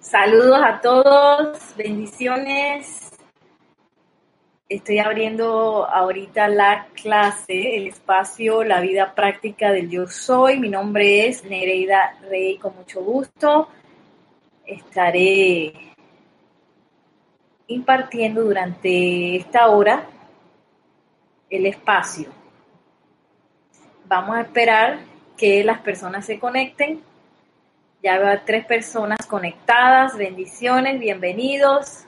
Saludos a todos, bendiciones. Estoy abriendo ahorita la clase, el espacio, la vida práctica del Yo Soy. Mi nombre es Nereida Rey, con mucho gusto. Estaré impartiendo durante esta hora el espacio. Vamos a esperar que las personas se conecten. Ya veo a 3 personas conectadas. Bendiciones, bienvenidos.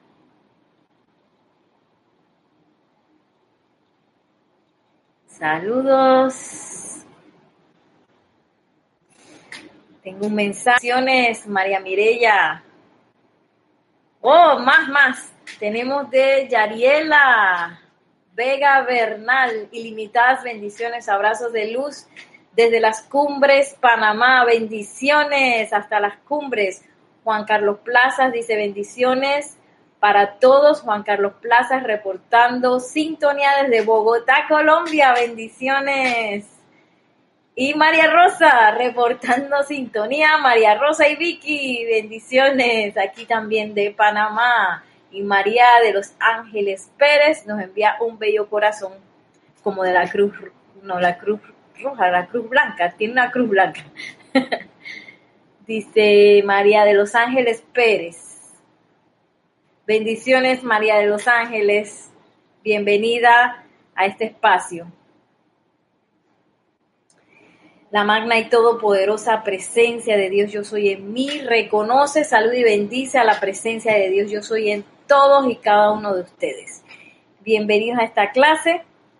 Saludos. Tengo un mensaje. María Mireya. Oh, más. Tenemos de Yariela Vega Bernal. Ilimitadas bendiciones, abrazos de luz desde las cumbres, Panamá. Bendiciones hasta las cumbres. Juan Carlos Plazas dice bendiciones para todos. Juan Carlos Plazas reportando sintonía desde Bogotá, Colombia. Bendiciones. Y María Rosa reportando sintonía. María Rosa y Vicky, bendiciones. Aquí también de Panamá. Y María de Los Ángeles Pérez nos envía un bello corazón como de la cruz, no, la cruz roja, la cruz blanca. Tiene una cruz blanca. Dice María de Los Ángeles Pérez. Bendiciones, María de Los Ángeles. Bienvenida a este espacio. La magna y todopoderosa presencia de Dios Yo Soy en mí reconoce, saluda y bendice a la presencia de Dios Yo Soy en todos y cada uno de ustedes. Bienvenidos a esta clase.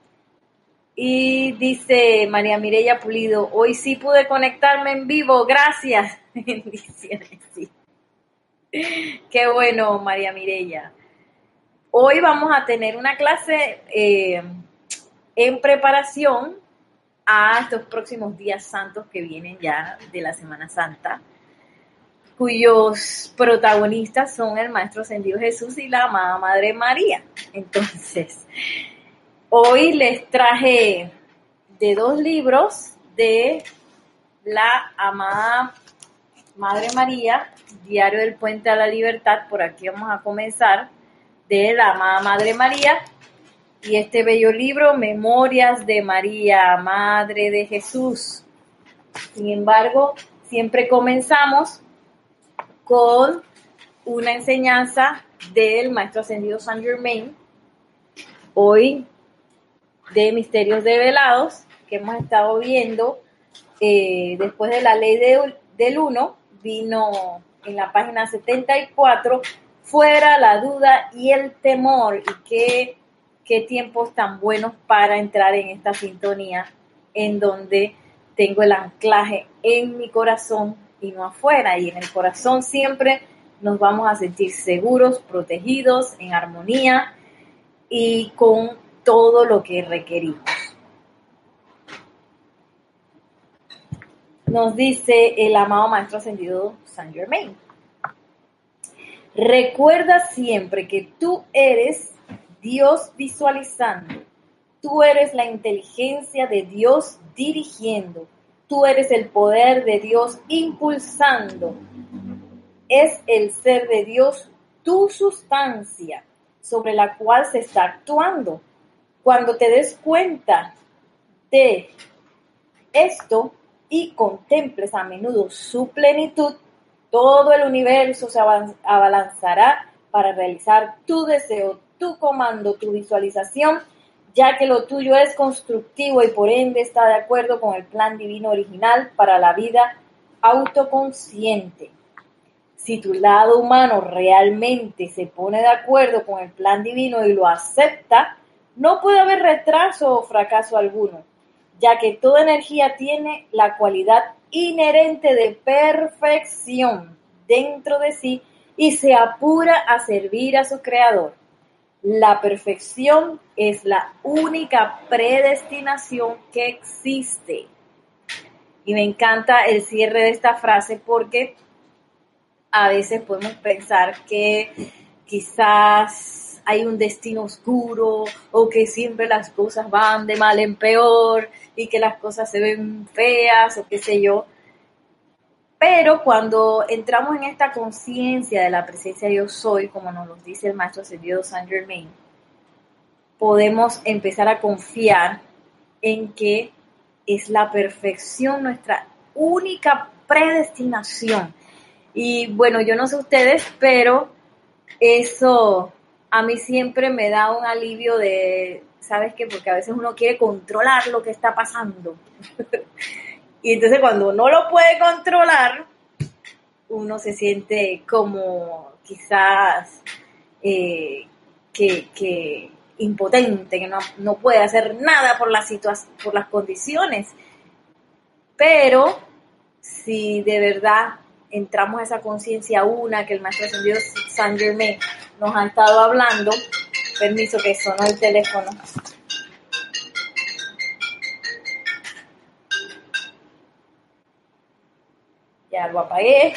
Y dice María Mireya Pulido, hoy sí pude conectarme en vivo, gracias. Bendiciones, sí. Qué bueno, María Mireya. Hoy vamos a tener una clase en preparación a estos próximos días santos que vienen ya de la Semana Santa, cuyos protagonistas son el Maestro Ascendido Jesús y la amada Madre María. Entonces, hoy les traje de 2 libros de la amada Madre María, Diario del Puente a la Libertad. Por aquí vamos a comenzar, de la amada Madre María. Y este bello libro, Memorias de María, Madre de Jesús. Sin embargo, siempre comenzamos con una enseñanza del Maestro Ascendido Saint Germain, hoy de Misterios Develados, que hemos estado viendo después de la ley del uno, vino en la página 74, fuera la duda y el temor, y qué tiempos tan buenos para entrar en esta sintonía en donde tengo el anclaje en mi corazón y no afuera. Y en el corazón siempre nos vamos a sentir seguros, protegidos, en armonía y con todo lo que requerimos. Nos dice el amado Maestro Ascendido Saint Germain. Recuerda siempre que tú eres Dios visualizando, tú eres la inteligencia de Dios dirigiendo, tú eres el poder de Dios impulsando, es el ser de Dios tu sustancia sobre la cual se está actuando. Cuando te des cuenta de esto y contemples a menudo su plenitud, todo el universo se abalanzará para realizar tu deseo, tu comando, tu visualización, ya que lo tuyo es constructivo y por ende está de acuerdo con el plan divino original para la vida autoconsciente. Si tu lado humano realmente se pone de acuerdo con el plan divino y lo acepta, no puede haber retraso o fracaso alguno, ya que toda energía tiene la cualidad inherente de perfección dentro de sí y se apura a servir a su creador. La perfección es la única predestinación que existe. Y me encanta el cierre de esta frase porque a veces podemos pensar que quizás hay un destino oscuro o que siempre las cosas van de mal en peor y que las cosas se ven feas o qué sé yo. Pero cuando entramos en esta conciencia de la presencia de yo soy, como nos lo dice el maestro ascendido Saint Germain, podemos empezar a confiar en que es la perfección nuestra única predestinación. Y bueno, yo no sé ustedes, pero eso a mí siempre me da un alivio de, ¿sabes qué? Porque a veces uno quiere controlar lo que está pasando. Y entonces cuando no lo puede controlar, uno se siente como quizás que impotente, que no puede hacer nada por las por las condiciones. Pero si de verdad entramos a esa conciencia una que el maestro ascendido Saint Germain nos ha estado hablando, permiso que sonó el teléfono. Ya lo apagué.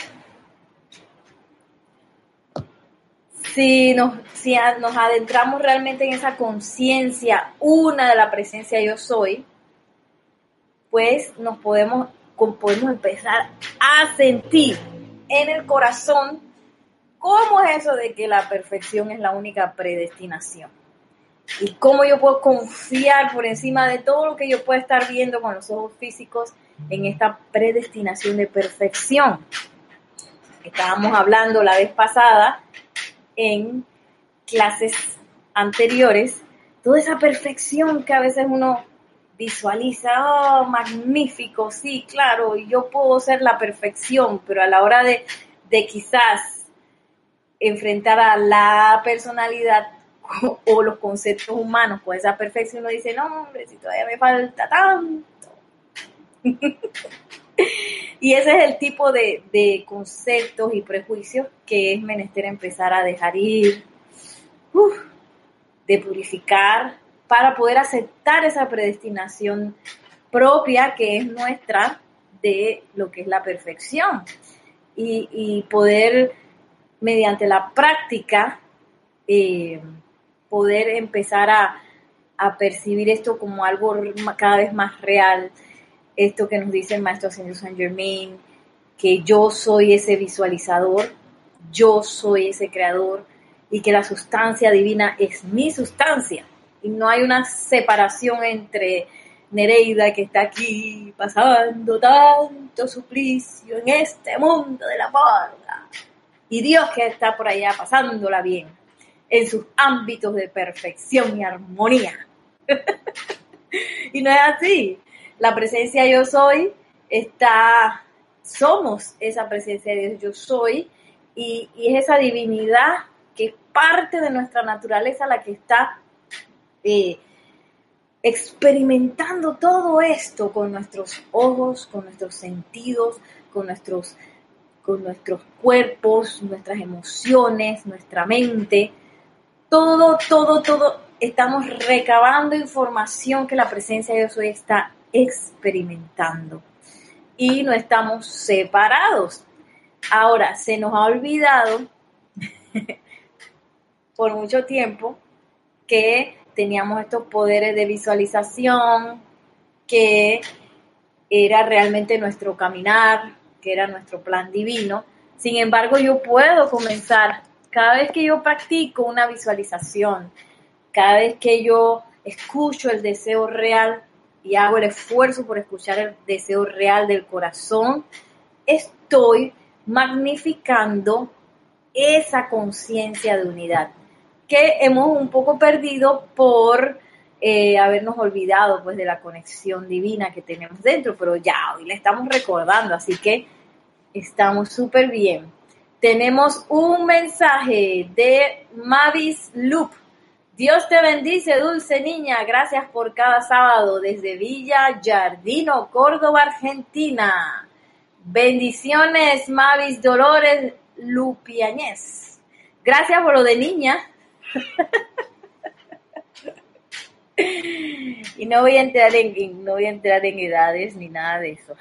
Si nos adentramos realmente en esa conciencia una de la presencia yo soy, pues nos podemos empezar a sentir en el corazón cómo es eso de que la perfección es la única predestinación. Y cómo yo puedo confiar por encima de todo lo que yo pueda estar viendo con los ojos físicos en esta predestinación de perfección. Estábamos hablando la vez pasada en clases anteriores, toda esa perfección que a veces uno visualiza, oh, magnífico, sí, claro, yo puedo ser la perfección, pero a la hora de quizás enfrentar a la personalidad o los conceptos humanos con esa perfección, uno dice, no, hombre, si todavía me falta tanto. Y ese es el tipo de conceptos y prejuicios que es menester empezar a dejar ir, de purificar, para poder aceptar esa predestinación propia que es nuestra de lo que es la perfección. Y poder, mediante la práctica, poder empezar a percibir esto como algo cada vez más real, esto que nos dice el maestro ascendido Saint Germain, que yo soy ese visualizador, yo soy ese creador, y que la sustancia divina es mi sustancia. Y no hay una separación entre Nereida, que está aquí pasando tanto suplicio en este mundo de la porra, y Dios, que está por allá pasándola bien en sus ámbitos de perfección y armonía. Y no es así. La presencia yo soy somos esa presencia de Dios, yo soy, y es esa divinidad que es parte de nuestra naturaleza la que está experimentando todo esto con nuestros ojos, con nuestros sentidos, con nuestros cuerpos, nuestras emociones, nuestra mente, todo, estamos recabando información que la presencia de Dios hoy está experimentando y no estamos separados. Ahora, se nos ha olvidado por mucho tiempo que teníamos estos poderes de visualización, que era realmente nuestro caminar, que era nuestro plan divino. Sin embargo, yo puedo comenzar, cada vez que yo practico una visualización, cada vez que yo escucho el deseo real y hago el esfuerzo por escuchar el deseo real del corazón, estoy magnificando esa conciencia de unidad que hemos un poco perdido por habernos olvidado pues de la conexión divina que tenemos dentro, pero ya hoy la estamos recordando, así que estamos súper bien. Tenemos un mensaje de Mavis Loop. Dios te bendice, dulce niña. Gracias por cada sábado desde Villa Giardino, Córdoba, Argentina. Bendiciones, Mavis Dolores Lupiañez. Gracias por lo de niña. Y no voy a entrar en edades ni nada de eso.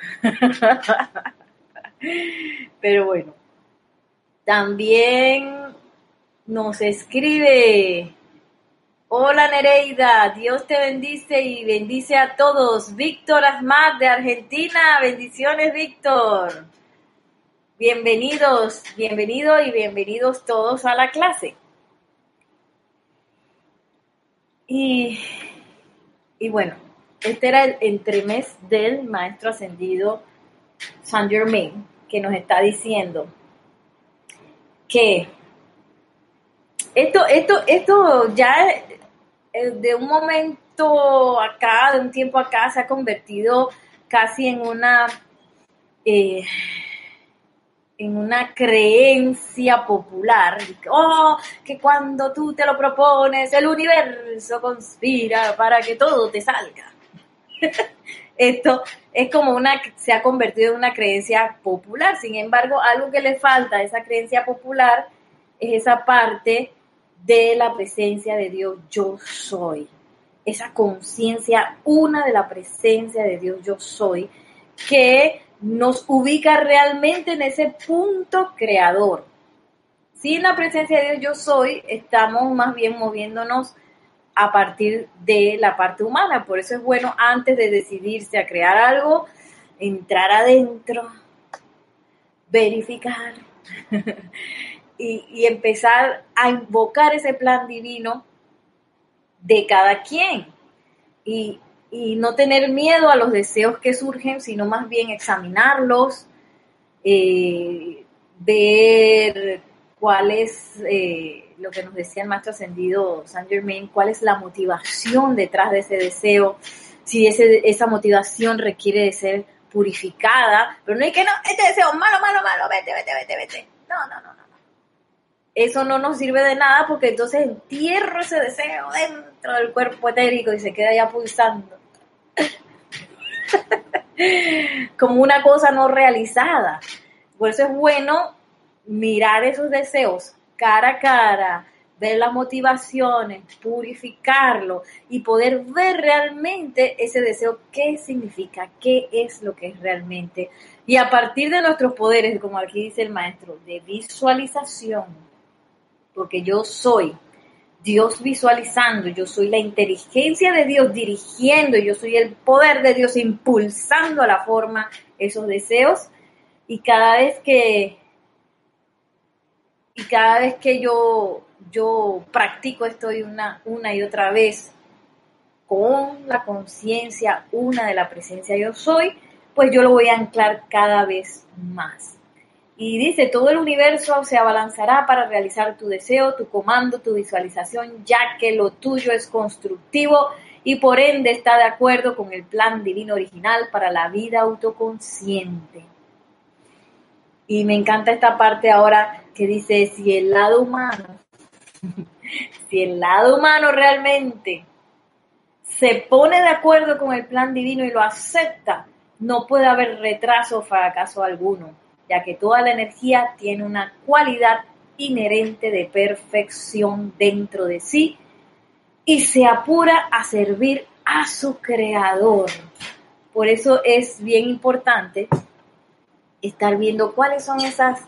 Pero bueno, también nos escribe: hola Nereida, Dios te bendice y bendice a todos. Víctor Asmat de Argentina, bendiciones Víctor. Bienvenidos y bienvenidos todos a la clase. Y bueno, este era el entremés del maestro ascendido Saint Germain, que nos está diciendo que esto ya de un momento acá, de un tiempo acá, se ha convertido casi en una creencia popular, que cuando tú te lo propones, el universo conspira para que todo te salga. Esto es como se ha convertido en una creencia popular. Sin embargo, algo que le falta a esa creencia popular es esa parte de la presencia de Dios, yo soy. Esa conciencia una de la presencia de Dios, yo soy, que nos ubica realmente en ese punto creador. Sin la presencia de Dios, yo soy, estamos más bien moviéndonos a partir de la parte humana. Por eso es bueno, antes de decidirse a crear algo, entrar adentro, verificar y empezar a invocar ese plan divino de cada quien. Y no tener miedo a los deseos que surgen, sino más bien examinarlos, ver cuál es lo que nos decía el maestro ascendido Saint Germain, cuál es la motivación detrás de ese deseo, si esa motivación requiere de ser purificada, pero no hay que no, este deseo malo, vete. No. Eso no nos sirve de nada porque entonces entierro ese deseo dentro del cuerpo etérico y se queda ya pulsando. Como una cosa no realizada. Por eso es bueno mirar esos deseos cara a cara, ver las motivaciones, purificarlo y poder ver realmente ese deseo, qué significa, qué es lo que es realmente. Y a partir de nuestros poderes, como aquí dice el maestro, de visualización, porque yo soy Dios visualizando, yo soy la inteligencia de Dios dirigiendo, yo soy el poder de Dios impulsando a la forma esos deseos, y cada vez que yo practico esto una y otra vez con la conciencia una de la presencia yo soy, pues yo lo voy a anclar cada vez más. Y dice, todo el universo se abalanzará para realizar tu deseo, tu comando, tu visualización, ya que lo tuyo es constructivo y por ende está de acuerdo con el plan divino original para la vida autoconsciente. Y me encanta esta parte ahora que dice, si el lado humano realmente se pone de acuerdo con el plan divino y lo acepta, no puede haber retraso o fracaso alguno, ya que toda la energía tiene una cualidad inherente de perfección dentro de sí y se apura a servir a su creador. Por eso es bien importante estar viendo cuáles son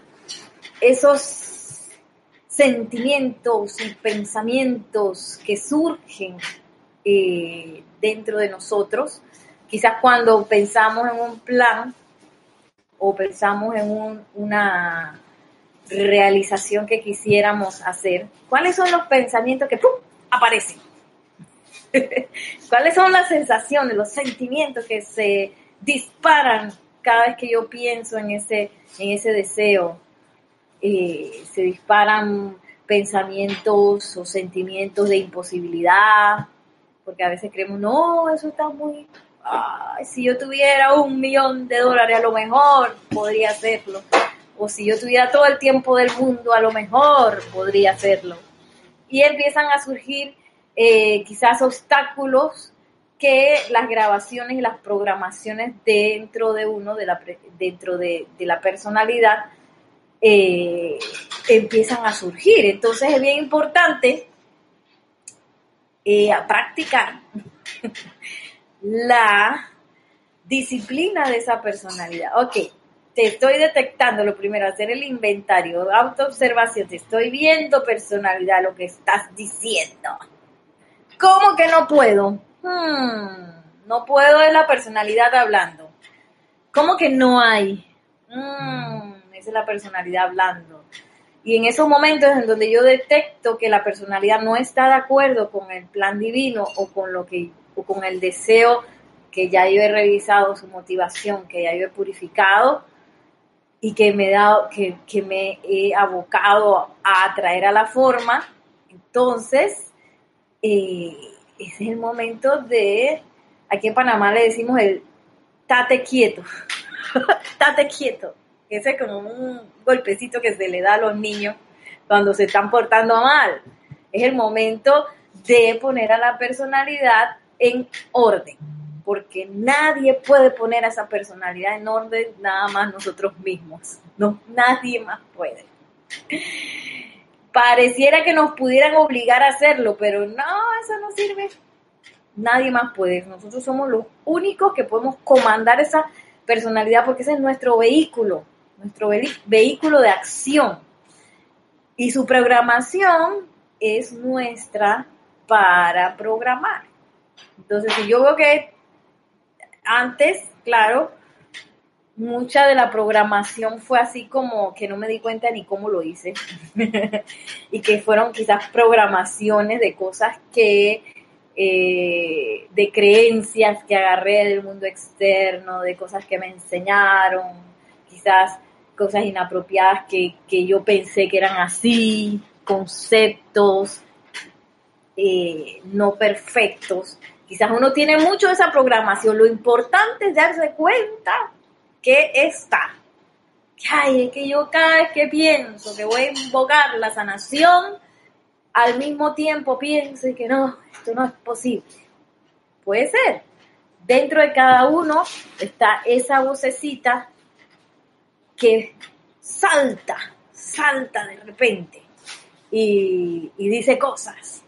esos sentimientos y pensamientos que surgen dentro de nosotros. Quizás cuando pensamos en un plan o pensamos en una realización que quisiéramos hacer, ¿cuáles son los pensamientos que ¡pum!, aparecen? ¿Cuáles son las sensaciones, los sentimientos que se disparan cada vez que yo pienso en ese deseo? Se disparan pensamientos o sentimientos de imposibilidad, porque a veces creemos, no, eso está muy... si yo tuviera $1,000,000, a lo mejor podría hacerlo. O si yo tuviera todo el tiempo del mundo, a lo mejor podría hacerlo. Y empiezan a surgir quizás obstáculos que las grabaciones y las programaciones dentro de uno, dentro de la personalidad, empiezan a surgir. Entonces es bien importante practicar la disciplina de esa personalidad. Ok, te estoy detectando, lo primero, hacer el inventario, autoobservación, te estoy viendo personalidad, lo que estás diciendo. ¿Cómo que no puedo? No puedo, es la personalidad hablando. ¿Cómo que no hay? Esa es la personalidad hablando. Y en esos momentos en donde yo detecto que la personalidad no está de acuerdo con el plan divino o con el deseo que ya yo he revisado, su motivación, que ya yo he purificado y que que me he abocado a atraer a la forma, entonces ese es el momento aquí en Panamá le decimos el tate quieto, tate quieto. Ese es como un golpecito que se le da a los niños cuando se están portando mal. Es el momento de poner a la personalidad en orden, porque nadie puede poner a esa personalidad en orden, nada más nosotros mismos. No, nadie más puede. Pareciera que nos pudieran obligar a hacerlo, pero no, eso no sirve. Nadie más puede. Nosotros somos los únicos que podemos comandar esa personalidad porque ese es nuestro vehículo vehículo de acción. Y su programación es nuestra para programar. Entonces, si yo veo que antes, claro, mucha de la programación fue así como que no me di cuenta ni cómo lo hice. Y que fueron quizás programaciones de cosas de creencias que agarré del mundo externo, de cosas que me enseñaron, quizás cosas inapropiadas que yo pensé que eran así, conceptos no perfectos. Quizás uno tiene mucho de esa programación. Lo importante es darse cuenta que está. Ay, es que yo cada vez que pienso que voy a invocar la sanación, al mismo tiempo pienso que no, esto no es posible. Puede ser. Dentro de cada uno está esa vocecita que salta de repente y dice cosas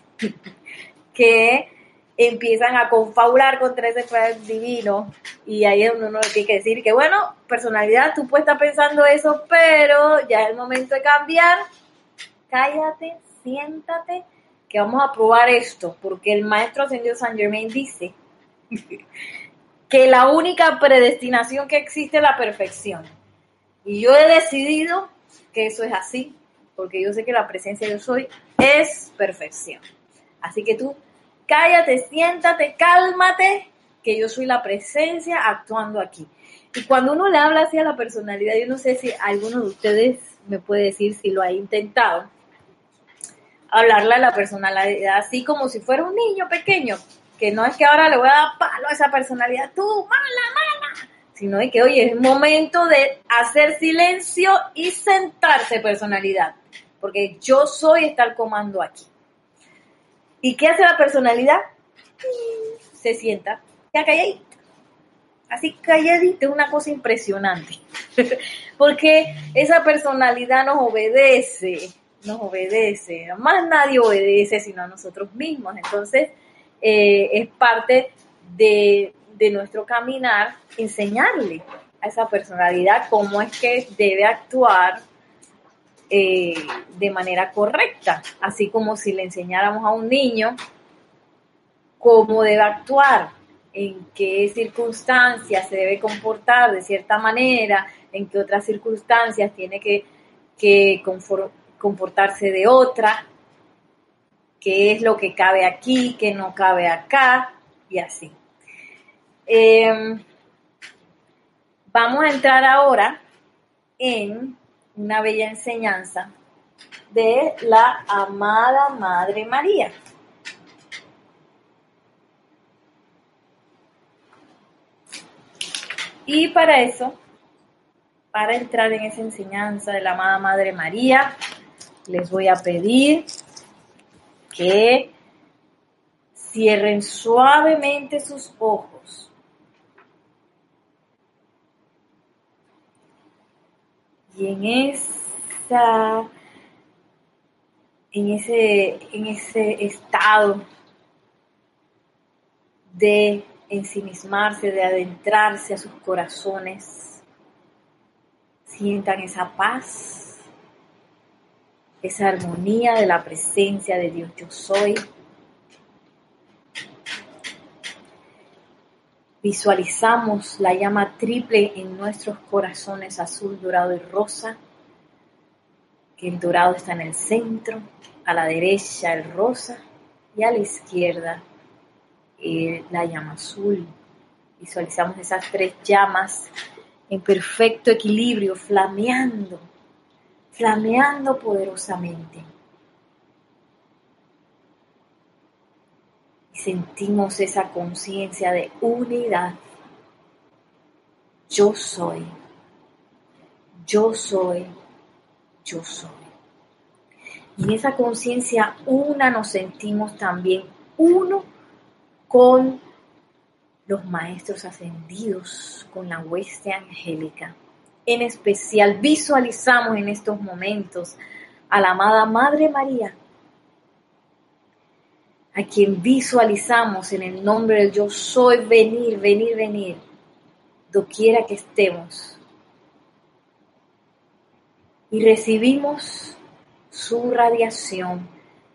que empiezan a confabular contra ese poder divino, y ahí es donde uno tiene que decir que bueno, personalidad, tú puedes estar pensando eso, pero ya es el momento de cambiar. Cállate, siéntate, que vamos a probar esto, porque el maestro ascendido Saint Germain dice que la única predestinación que existe es la perfección. Y yo he decidido que eso es así, porque yo sé que la presencia yo soy es perfección. Así que tú cállate, siéntate, cálmate, que yo soy la presencia actuando aquí. Y cuando uno le habla así a la personalidad, yo no sé si alguno de ustedes me puede decir si lo ha intentado, hablarle a la personalidad así como si fuera un niño pequeño, que no es que ahora le voy a dar palo a esa personalidad, tú, mala, sino de que, oye, es momento de hacer silencio y sentarse, personalidad, porque yo soy está el comando aquí. ¿Y qué hace la personalidad? Se sienta, ya calladita, así calladita, es una cosa impresionante, porque esa personalidad nos obedece, más nadie obedece sino a nosotros mismos. Entonces es parte de nuestro caminar enseñarle a esa personalidad cómo es que debe actuar de manera correcta, así como si le enseñáramos a un niño cómo debe actuar, en qué circunstancias se debe comportar de cierta manera, en qué otras circunstancias tiene que comportarse de otra, qué es lo que cabe aquí, qué no cabe acá, y así. Vamos a entrar ahora en una bella enseñanza de la amada Madre María. Y para eso, para entrar en esa enseñanza de la amada Madre María, les voy a pedir que cierren suavemente sus ojos. Y en ese estado de ensimismarse, de adentrarse a sus corazones, sientan esa paz, esa armonía de la presencia de Dios Yo Soy. Visualizamos la llama triple en nuestros corazones, azul, dorado y rosa, que el dorado está en el centro, a la derecha el rosa y a la izquierda la llama azul. Visualizamos esas tres llamas en perfecto equilibrio, flameando poderosamente. Y sentimos esa conciencia de unidad. Yo soy, yo soy, yo soy. Y en esa conciencia una nos sentimos también uno con los maestros ascendidos, con la hueste angélica. En especial visualizamos en estos momentos a la amada Madre María, a quien visualizamos en el nombre del Yo Soy, venir, doquiera que estemos. Y recibimos su radiación.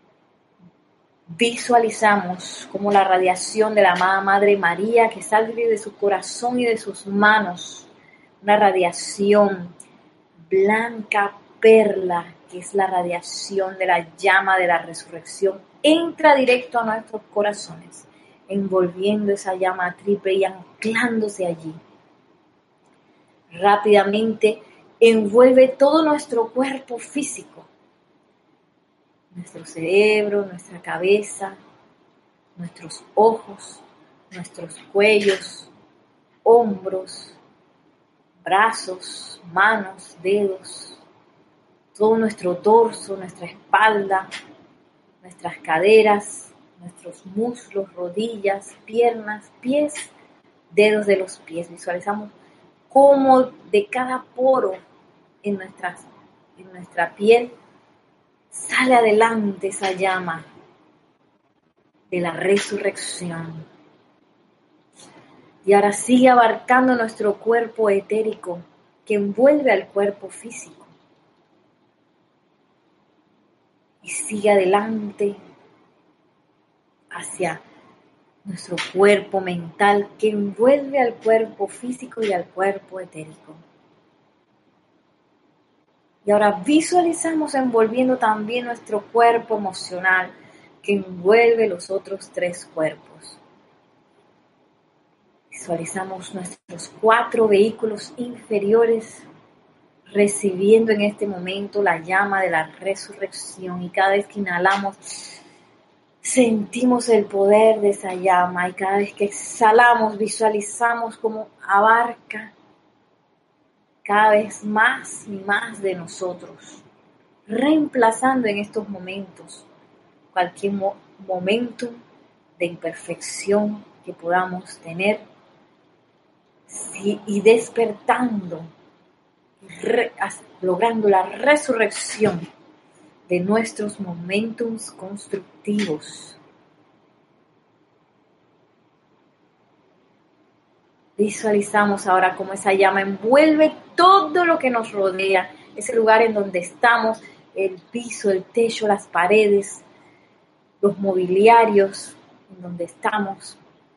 Visualizamos como la radiación de la amada Madre María que sale de su corazón y de sus manos, una radiación blanca perla, que es la radiación de la llama de la resurrección, entra directo a nuestros corazones, envolviendo esa llama triple y anclándose allí. Rápidamente envuelve todo nuestro cuerpo físico, nuestro cerebro, nuestra cabeza, nuestros ojos, nuestros cuellos, hombros, brazos, manos, dedos, todo nuestro torso, nuestra espalda, nuestras caderas, nuestros muslos, rodillas, piernas, pies, dedos de los pies. Visualizamos cómo de cada poro en nuestra piel sale adelante esa llama de la resurrección. Y ahora sigue abarcando nuestro cuerpo etérico que envuelve al cuerpo físico. Y sigue adelante hacia nuestro cuerpo mental que envuelve al cuerpo físico y al cuerpo etérico. Y ahora visualizamos envolviendo también nuestro cuerpo emocional que envuelve los otros tres cuerpos. Visualizamos nuestros 4 vehículos inferiores recibiendo en este momento la llama de la resurrección, y cada vez que inhalamos sentimos el poder de esa llama, y cada vez que exhalamos visualizamos cómo abarca cada vez más y más de nosotros, reemplazando en estos momentos cualquier momento de imperfección que podamos tener, y despertando, logrando la resurrección de nuestros momentos constructivos. Visualizamos ahora cómo esa llama envuelve todo lo que nos rodea, ese lugar en donde estamos, el piso, el techo, las paredes, los mobiliarios en donde estamos.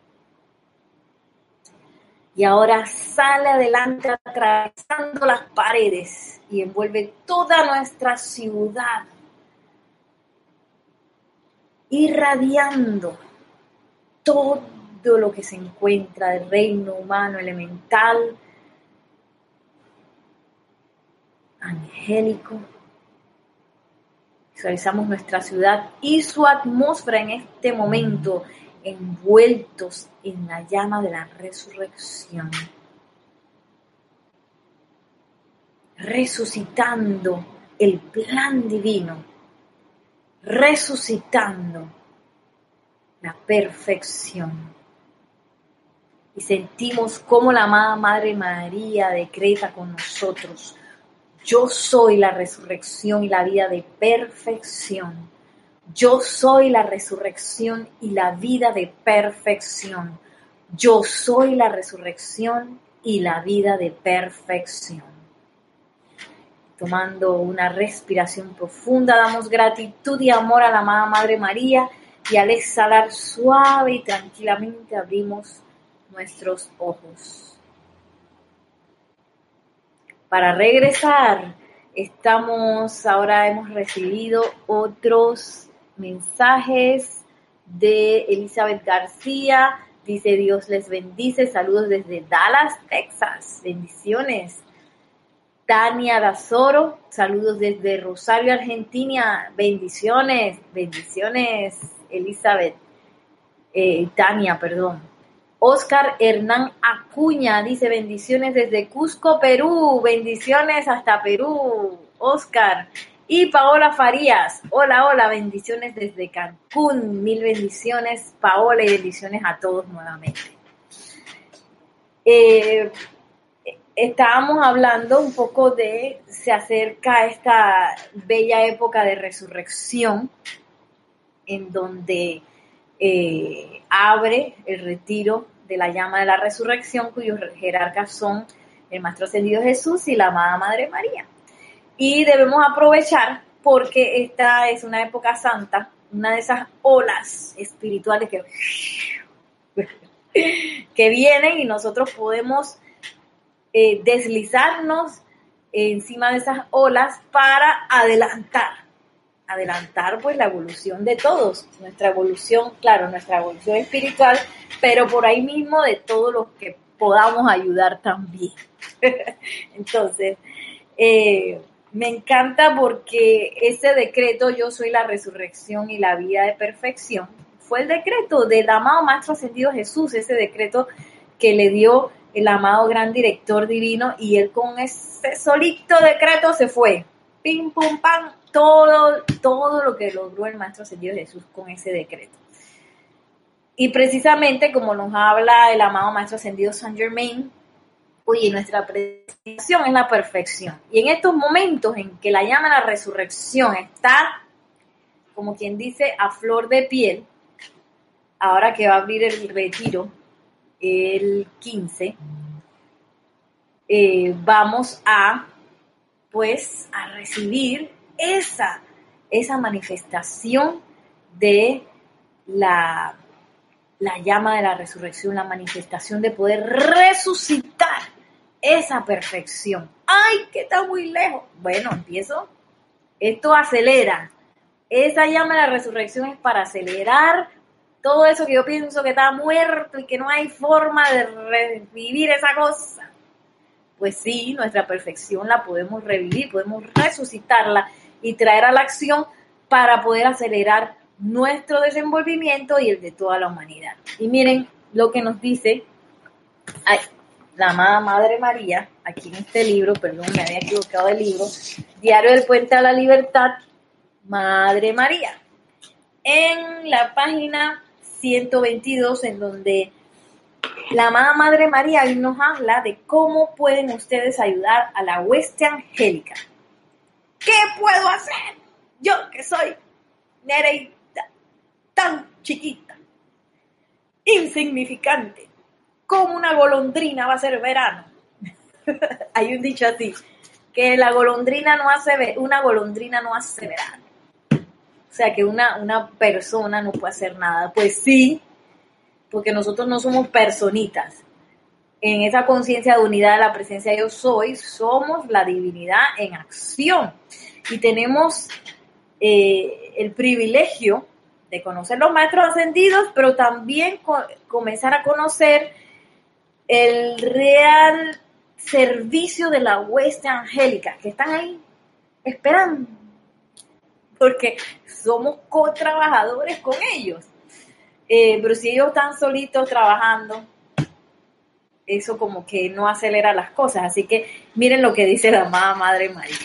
Y ahora sale adelante atravesando las paredes y envuelve toda nuestra ciudad, irradiando todo lo que se encuentra del reino humano, elemental, angélico. Visualizamos nuestra ciudad y su atmósfera en este momento envueltos en la llama de la resurrección, resucitando el plan divino, resucitando la perfección. Y sentimos cómo la amada Madre María decreta con nosotros: yo soy la resurrección y la vida de perfección. Yo soy la resurrección y la vida de perfección. Yo soy la resurrección y la vida de perfección. Tomando una respiración profunda, damos gratitud y amor a la amada Madre María, y al exhalar suave y tranquilamente abrimos nuestros ojos. Para regresar, ahora hemos recibido otros mensajes de Elizabeth García. Dice: Dios les bendice, saludos desde Dallas, Texas, bendiciones. Tania Dazoro, saludos desde Rosario, Argentina, bendiciones, Elizabeth, Tania, perdón. Oscar Hernán Acuña dice: bendiciones desde Cusco, Perú, bendiciones hasta Perú, Oscar. Y Paola Farías, hola, bendiciones desde Cancún, mil bendiciones, Paola, y bendiciones a todos nuevamente. Estábamos hablando un poco se acerca esta bella época de resurrección, en donde abre el retiro de la llama de la resurrección, cuyos jerarcas son el Maestro Ascendido Jesús y la amada Madre María. Y debemos aprovechar porque esta es una época santa, una de esas olas espirituales que vienen, y nosotros podemos deslizarnos encima de esas olas para adelantar pues la evolución de todos, nuestra evolución espiritual, pero por ahí mismo de todos los que podamos ayudar también. Entonces, me encanta porque ese decreto, yo soy la resurrección y la vida de perfección, fue el decreto del amado Maestro Ascendido Jesús, ese decreto que le dio el amado gran director divino, y él con ese solito decreto se fue, pim, pum, pam, todo lo que logró el Maestro Ascendido Jesús con ese decreto. Y precisamente como nos habla el amado Maestro Ascendido Saint Germain, oye, nuestra predestinación es la perfección. Y en estos momentos en que la llama de la resurrección está, como quien dice, a flor de piel, ahora que va a abrir el retiro el 15, vamos a recibir esa manifestación de la llama de la resurrección, la manifestación de poder resucitar esa perfección. ¡Ay, que está muy lejos! Bueno, empiezo. Esto acelera. Esa llama de la resurrección es para acelerar todo eso que yo pienso que está muerto y que no hay forma de revivir esa cosa. Pues sí, nuestra perfección la podemos revivir, podemos resucitarla y traer a la acción para poder acelerar nuestro desenvolvimiento y el de toda la humanidad. Y miren lo que nos dice la amada Madre María, aquí en este libro, perdón, me había equivocado del libro, Diario del Puente a la Libertad, Madre María, en la página 122, en donde la amada Madre María nos habla de cómo pueden ustedes ayudar a la hueste angélica. ¿Qué puedo hacer? Yo que soy Nereida, tan chiquita, insignificante, como una golondrina va a ser verano. Hay un dicho así, que una golondrina no hace verano. O sea, que una persona no puede hacer nada. Pues sí, porque nosotros no somos personitas. En esa conciencia de unidad de la presencia de yo soy, somos la divinidad en acción. Y tenemos el privilegio de conocer los maestros ascendidos, pero también comenzar a conocer el real servicio de la hueste angélica, que están ahí esperando, porque somos co-trabajadores con ellos. Pero si ellos están solitos trabajando, eso como que no acelera las cosas. Así que miren lo que dice la amada Madre María.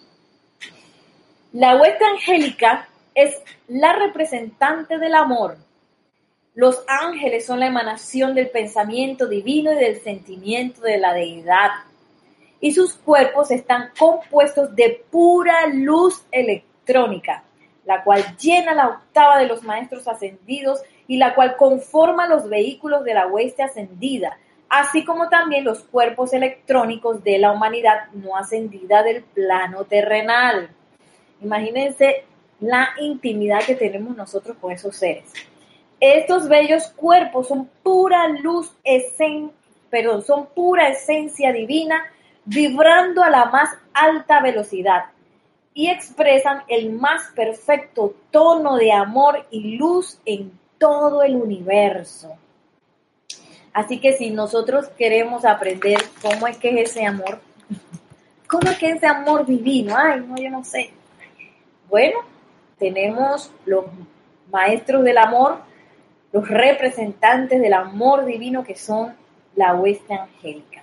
La hueste angélica es la representante del amor. Los ángeles son la emanación del pensamiento divino y del sentimiento de la deidad. Y sus cuerpos están compuestos de pura luz electrónica, la cual llena la octava de los maestros ascendidos y la cual conforma los vehículos de la hueste ascendida, así como también los cuerpos electrónicos de la humanidad no ascendida del plano terrenal. Imagínense la intimidad que tenemos nosotros con esos seres. Estos bellos cuerpos son pura luz, son pura esencia divina, vibrando a la más alta velocidad y expresan el más perfecto tono de amor y luz en todo el universo. Así que si nosotros queremos aprender cómo es que es ese amor, cómo es que es ese amor divino, ay, no, yo no sé. Bueno, tenemos los maestros del amor, los representantes del amor divino que son la hueste angélica.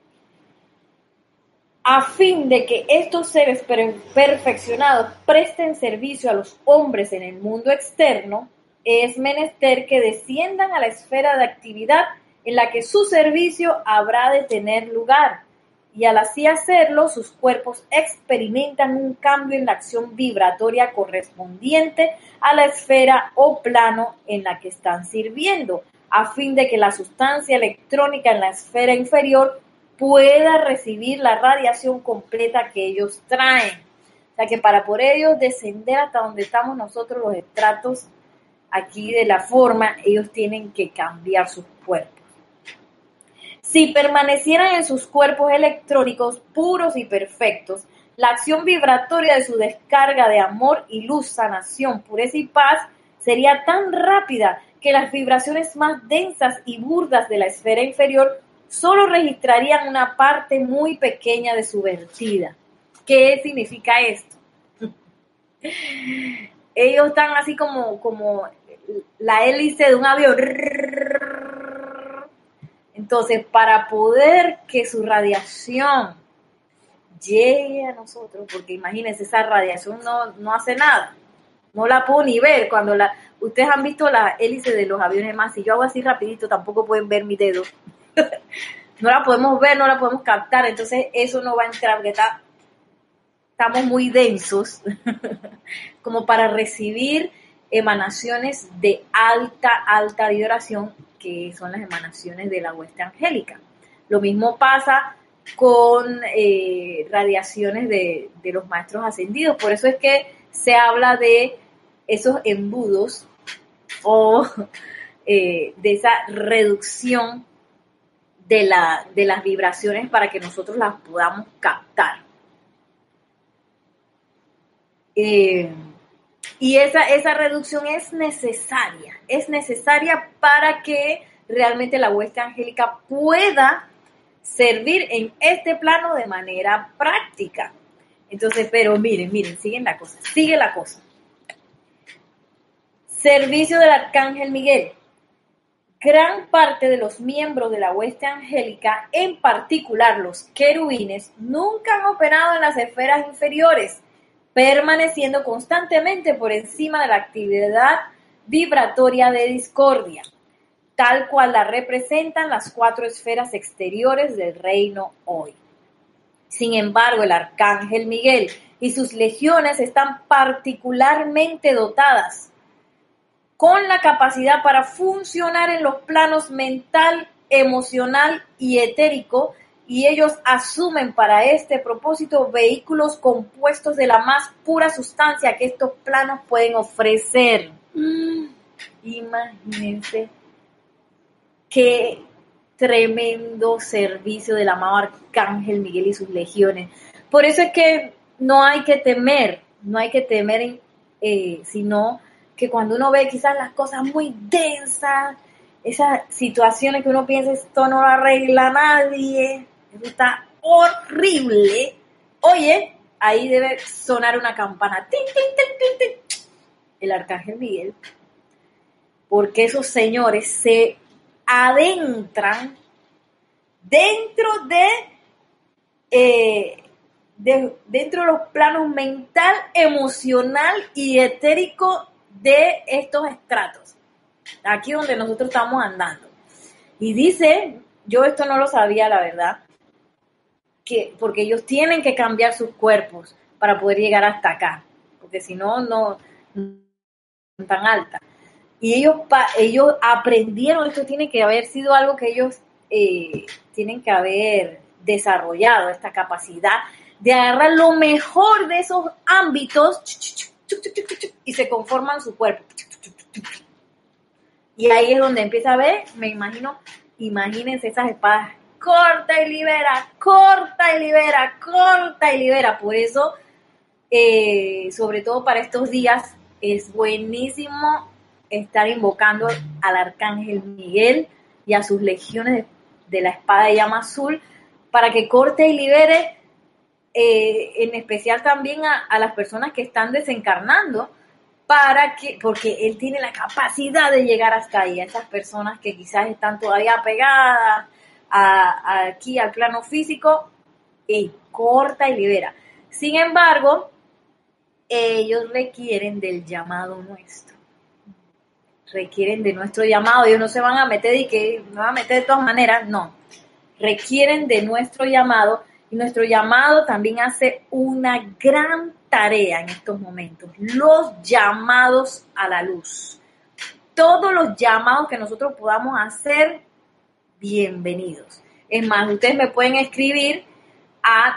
A fin de que estos seres perfeccionados presten servicio a los hombres en el mundo externo, es menester que desciendan a la esfera de actividad en la que su servicio habrá de tener lugar, y al así hacerlo, sus cuerpos experimentan un cambio en la acción vibratoria correspondiente a la esfera o plano en la que están sirviendo, a fin de que la sustancia electrónica en la esfera inferior pueda recibir la radiación completa que ellos traen. O sea que para poder ellos descender hasta donde estamos nosotros, los estratos aquí de la forma, ellos tienen que cambiar sus cuerpos. Si permanecieran en sus cuerpos electrónicos puros y perfectos, la acción vibratoria de su descarga de amor y luz, sanación, pureza y paz sería tan rápida que las vibraciones más densas y burdas de la esfera inferior solo registrarían una parte muy pequeña de su vertida. ¿Qué significa esto? Ellos están así como la hélice de un avión. Entonces, para poder que su radiación llegue a nosotros, porque imagínense, esa radiación no hace nada, no la puedo ni ver. Ustedes han visto la hélice de los aviones más, si yo hago así rapidito, tampoco pueden ver mi dedo. No la podemos ver, no la podemos captar, entonces eso no va a entrar, porque estamos muy densos como para recibir emanaciones de alta vibración, que son las emanaciones de la hueste angélica. Lo mismo pasa con radiaciones de los maestros ascendidos, por eso es que se habla de esos embudos o de esa reducción de las vibraciones para que nosotros las podamos captar. Y esa reducción es necesaria para que realmente la hueste angélica pueda servir en este plano de manera práctica. Entonces, pero miren, sigue la cosa. Servicio del Arcángel Miguel. Gran parte de los miembros de la hueste angélica, en particular los querubines, nunca han operado en las esferas inferiores, permaneciendo constantemente por encima de la actividad vibratoria de discordia, tal cual la representan las 4 esferas exteriores del reino hoy. Sin embargo, el Arcángel Miguel y sus legiones están particularmente dotadas con la capacidad para funcionar en los planos mental, emocional y etérico, y ellos asumen para este propósito vehículos compuestos de la más pura sustancia que estos planos pueden ofrecer. Imagínense qué tremendo servicio del amado Arcángel Miguel y sus legiones. Por eso es que no hay que temer, sino que cuando uno ve quizás las cosas muy densas, esas situaciones que uno piensa, esto no lo arregla nadie, esto está horrible, oye, ahí debe sonar una campana, ¡tin, tin, tin, tin, tin! El Arcángel Miguel, porque esos señores se adentran dentro dentro de los planos mental, emocional y etérico de estos estratos, aquí donde nosotros estamos andando. Y dice, yo esto no lo sabía, la verdad, porque ellos tienen que cambiar sus cuerpos para poder llegar hasta acá, porque si no son tan altas. Y ellos aprendieron, esto tiene que haber sido algo que ellos tienen que haber desarrollado, esta capacidad de agarrar lo mejor de esos ámbitos y se conforman su cuerpo. Y ahí es donde empieza a ver, me imagino, imagínense esas espadas, corta y libera, corta y libera, corta y libera. Por eso, sobre todo para estos días, es buenísimo estar invocando al Arcángel Miguel y a sus legiones de la espada de llama azul para que corte y libere, en especial también a las personas que están desencarnando, porque él tiene la capacidad de llegar hasta ahí, a esas personas que quizás están todavía pegadas aquí al plano físico, y corta y libera. Sin embargo, ellos requieren del llamado nuestro. Requieren de nuestro llamado. Ellos no se van a meter y que me van a meter de todas maneras, no. Requieren de nuestro llamado, y nuestro llamado también hace una gran tarea en estos momentos. Los llamados a la luz. Todos los llamados que nosotros podamos hacer, bienvenidos. Es más, ustedes me pueden escribir a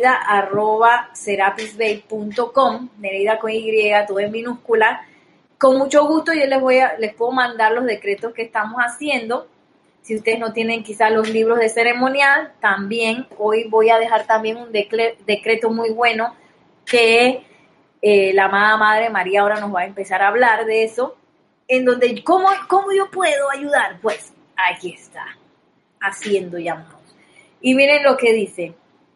nereida@serapisbay.com, Nereida con Y, todo en minúscula. Con mucho gusto yo les puedo mandar los decretos que estamos haciendo. Si ustedes no tienen quizás los libros de ceremonial, también hoy voy a dejar también un decreto muy bueno que la amada Madre María ahora nos va a empezar a hablar de eso, en donde ¿cómo yo puedo ayudar? Pues aquí está, haciendo llamados. Y miren lo que dice.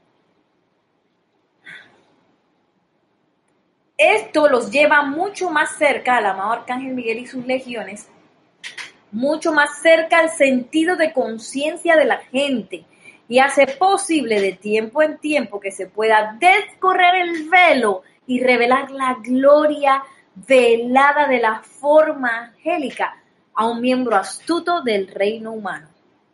Esto los lleva mucho más cerca al amado Arcángel Miguel y sus legiones, mucho más cerca al sentido de conciencia de la gente, y hace posible de tiempo en tiempo que se pueda descorrer el velo y revelar la gloria velada de la forma angélica a un miembro astuto del reino humano.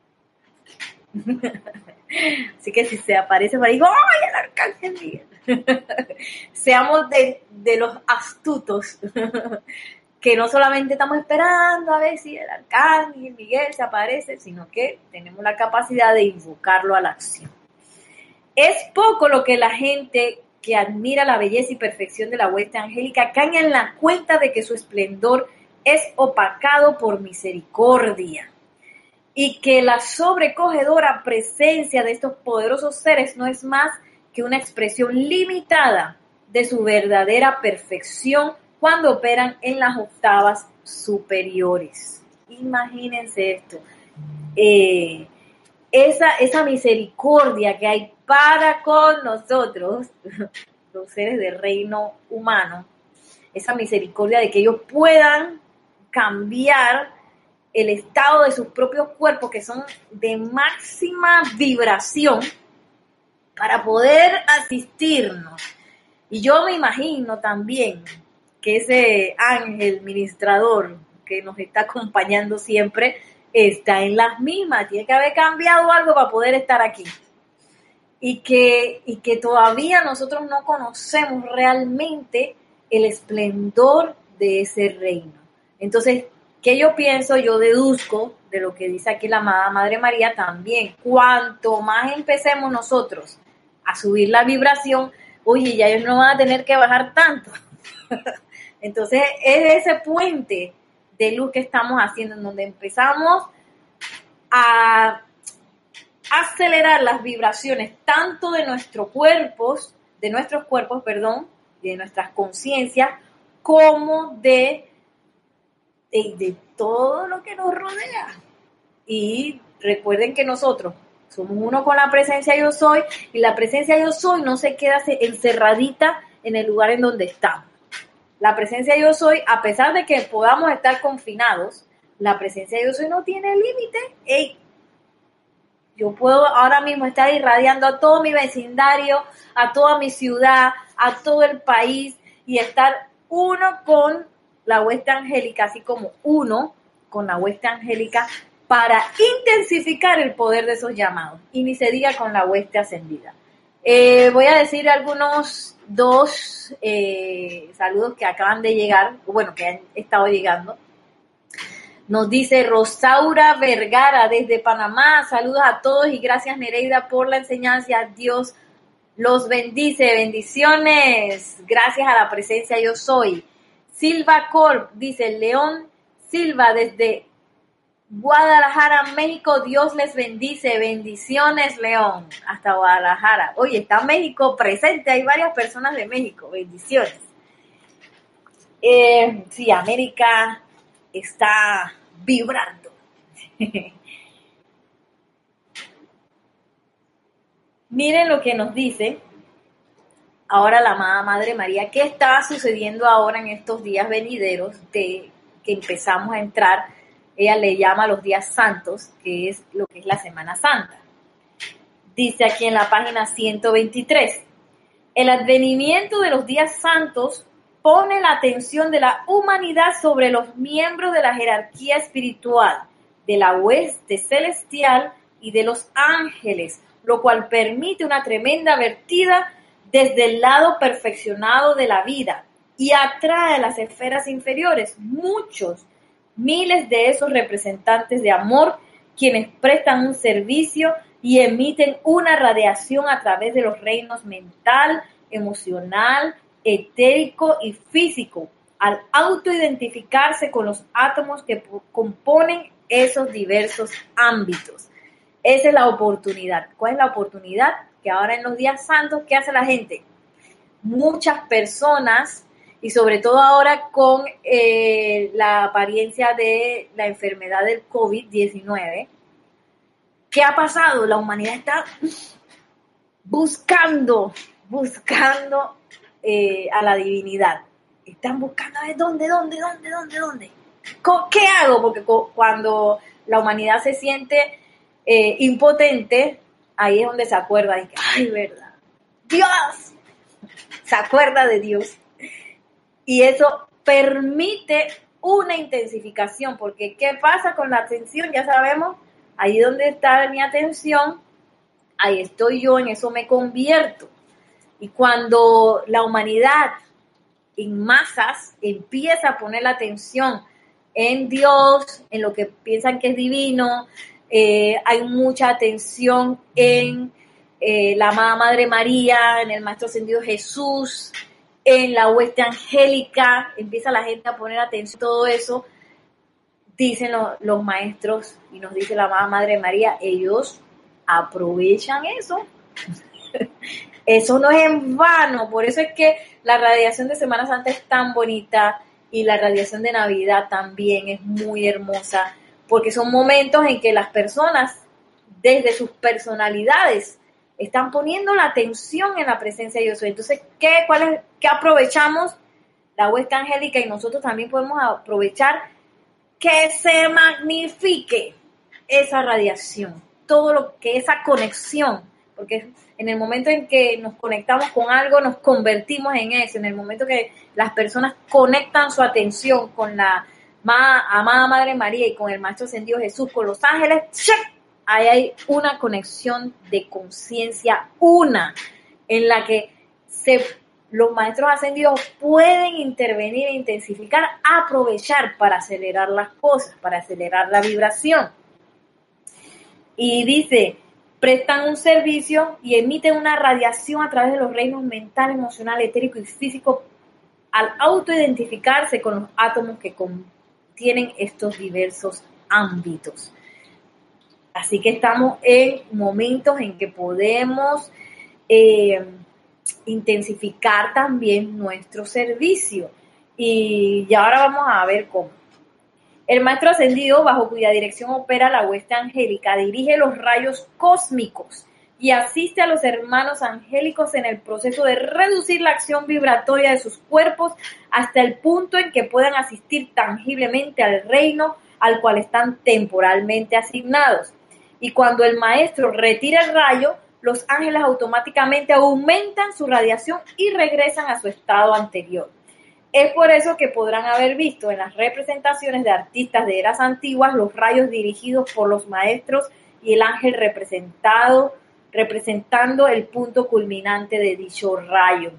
Así que si se aparece por ahí, ¡ay, el Arcángel Miguel! Seamos de los astutos, que no solamente estamos esperando a ver si el Arcángel Miguel se aparece, sino que tenemos la capacidad de invocarlo a la acción. Es poco lo que la gente que admira la belleza y perfección de la hueste angélica caen en la cuenta de que su esplendor es opacado por misericordia, y que la sobrecogedora presencia de estos poderosos seres no es más que una expresión limitada de su verdadera perfección cuando operan en las octavas superiores. Imagínense esto. Esa misericordia que hay para con nosotros, los seres del reino humano, esa misericordia de que ellos puedan cambiar el estado de sus propios cuerpos, que son de máxima vibración, para poder asistirnos. Y yo me imagino también que ese ángel ministrador que nos está acompañando siempre está en las mismas, tiene que haber cambiado algo para poder estar aquí. Y que todavía nosotros no conocemos realmente el esplendor de ese reino. Entonces, ¿qué yo pienso? Yo deduzco de lo que dice aquí la amada Madre María también. Cuanto más empecemos nosotros a subir la vibración, oye, ya ellos no van a tener que bajar tanto. Entonces, es ese puente de luz que estamos haciendo, en donde empezamos a acelerar las vibraciones tanto de nuestros cuerpos, y de nuestras conciencias, como de todo lo que nos rodea. Y recuerden que nosotros somos uno con la presencia yo soy, y la presencia yo soy no se queda encerradita en el lugar en donde estamos. La presencia yo soy, a pesar de que podamos estar confinados, la presencia yo soy no tiene límite. Yo puedo ahora mismo estar irradiando a todo mi vecindario, a toda mi ciudad, a todo el país, y estar uno con la hueste angélica, así como uno con la hueste angélica, para intensificar el poder de esos llamados. Y ni se diga con la hueste ascendida. Voy a decir dos saludos que acaban de llegar, bueno, que han estado llegando. Nos dice Rosaura Vergara desde Panamá. Saludos a todos y gracias, Nereida, por la enseñanza. Dios los bendice. Bendiciones. Gracias a la presencia yo soy. Silva Corp dice: León Silva desde Guadalajara, México, Dios les bendice, bendiciones, León, hasta Guadalajara. Oye, está México presente, hay varias personas de México, bendiciones. Sí, América está vibrando. Miren lo que nos dice ahora la amada Madre María, qué está sucediendo ahora en estos días venideros de que empezamos a entrar. Ella le llama los días santos, que es lo que es la Semana Santa. Dice aquí en la página 123, el advenimiento de los días santos pone la atención de la humanidad sobre los miembros de la jerarquía espiritual, de la hueste celestial y de los ángeles, lo cual permite una tremenda vertida desde el lado perfeccionado de la vida y atrae a las esferas inferiores miles de esos representantes de amor, quienes prestan un servicio y emiten una radiación a través de los reinos mental, emocional, etérico y físico, al autoidentificarse con los átomos que componen esos diversos ámbitos. Esa es la oportunidad. ¿Cuál es la oportunidad? Que ahora en los días santos, ¿qué hace la gente? Muchas personas, y sobre todo ahora con la apariencia de la enfermedad del COVID-19, ¿qué ha pasado? La humanidad está buscando a la divinidad. Están buscando a ver dónde. ¿Qué hago? Porque cuando la humanidad se siente impotente, ahí es donde se acuerda de que, ay, verdad, Dios, se acuerda de Dios. Y eso permite una intensificación, porque ¿qué pasa con la atención? Ya sabemos, ahí donde está mi atención, ahí estoy yo, en eso me convierto. Y cuando la humanidad en masas empieza a poner la atención en Dios, en lo que piensan que es divino, hay mucha atención en la amada Madre María, en el Maestro Ascendido Jesús, en la hueste angélica, empieza la gente a poner atención a todo eso. Dicen los maestros y nos dice la amada Madre María, ellos aprovechan eso. Eso no es en vano, por eso es que la radiación de Semana Santa es tan bonita y la radiación de Navidad también es muy hermosa, porque son momentos en que las personas, desde sus personalidades, están poniendo la atención en la presencia de Dios. Entonces, ¿qué aprovechamos? La hueste angélica, y nosotros también podemos aprovechar que se magnifique esa radiación, todo lo que esa conexión, porque en el momento en que nos conectamos con algo, nos convertimos en eso. En el momento que las personas conectan su atención con la amada Madre María y con el Maestro Ascendido Jesús, con los ángeles, ¡check! Ahí hay una conexión de conciencia en la que los maestros ascendidos pueden intervenir e intensificar, aprovechar para acelerar las cosas, para acelerar la vibración. Y dice, prestan un servicio y emiten una radiación a través de los reinos mental, emocional, etérico y físico al autoidentificarse con los átomos que contienen estos diversos ámbitos. Así que estamos en momentos en que podemos intensificar también nuestro servicio. Y ahora vamos a ver cómo. El Maestro Ascendido, bajo cuya dirección opera la hueste angélica, dirige los rayos cósmicos y asiste a los hermanos angélicos en el proceso de reducir la acción vibratoria de sus cuerpos hasta el punto en que puedan asistir tangiblemente al reino al cual están temporalmente asignados. Y cuando el Maestro retira el rayo, los ángeles automáticamente aumentan su radiación y regresan a su estado anterior. Es por eso que podrán haber visto en las representaciones de artistas de eras antiguas los rayos dirigidos por los maestros y el ángel representando el punto culminante de dicho rayo.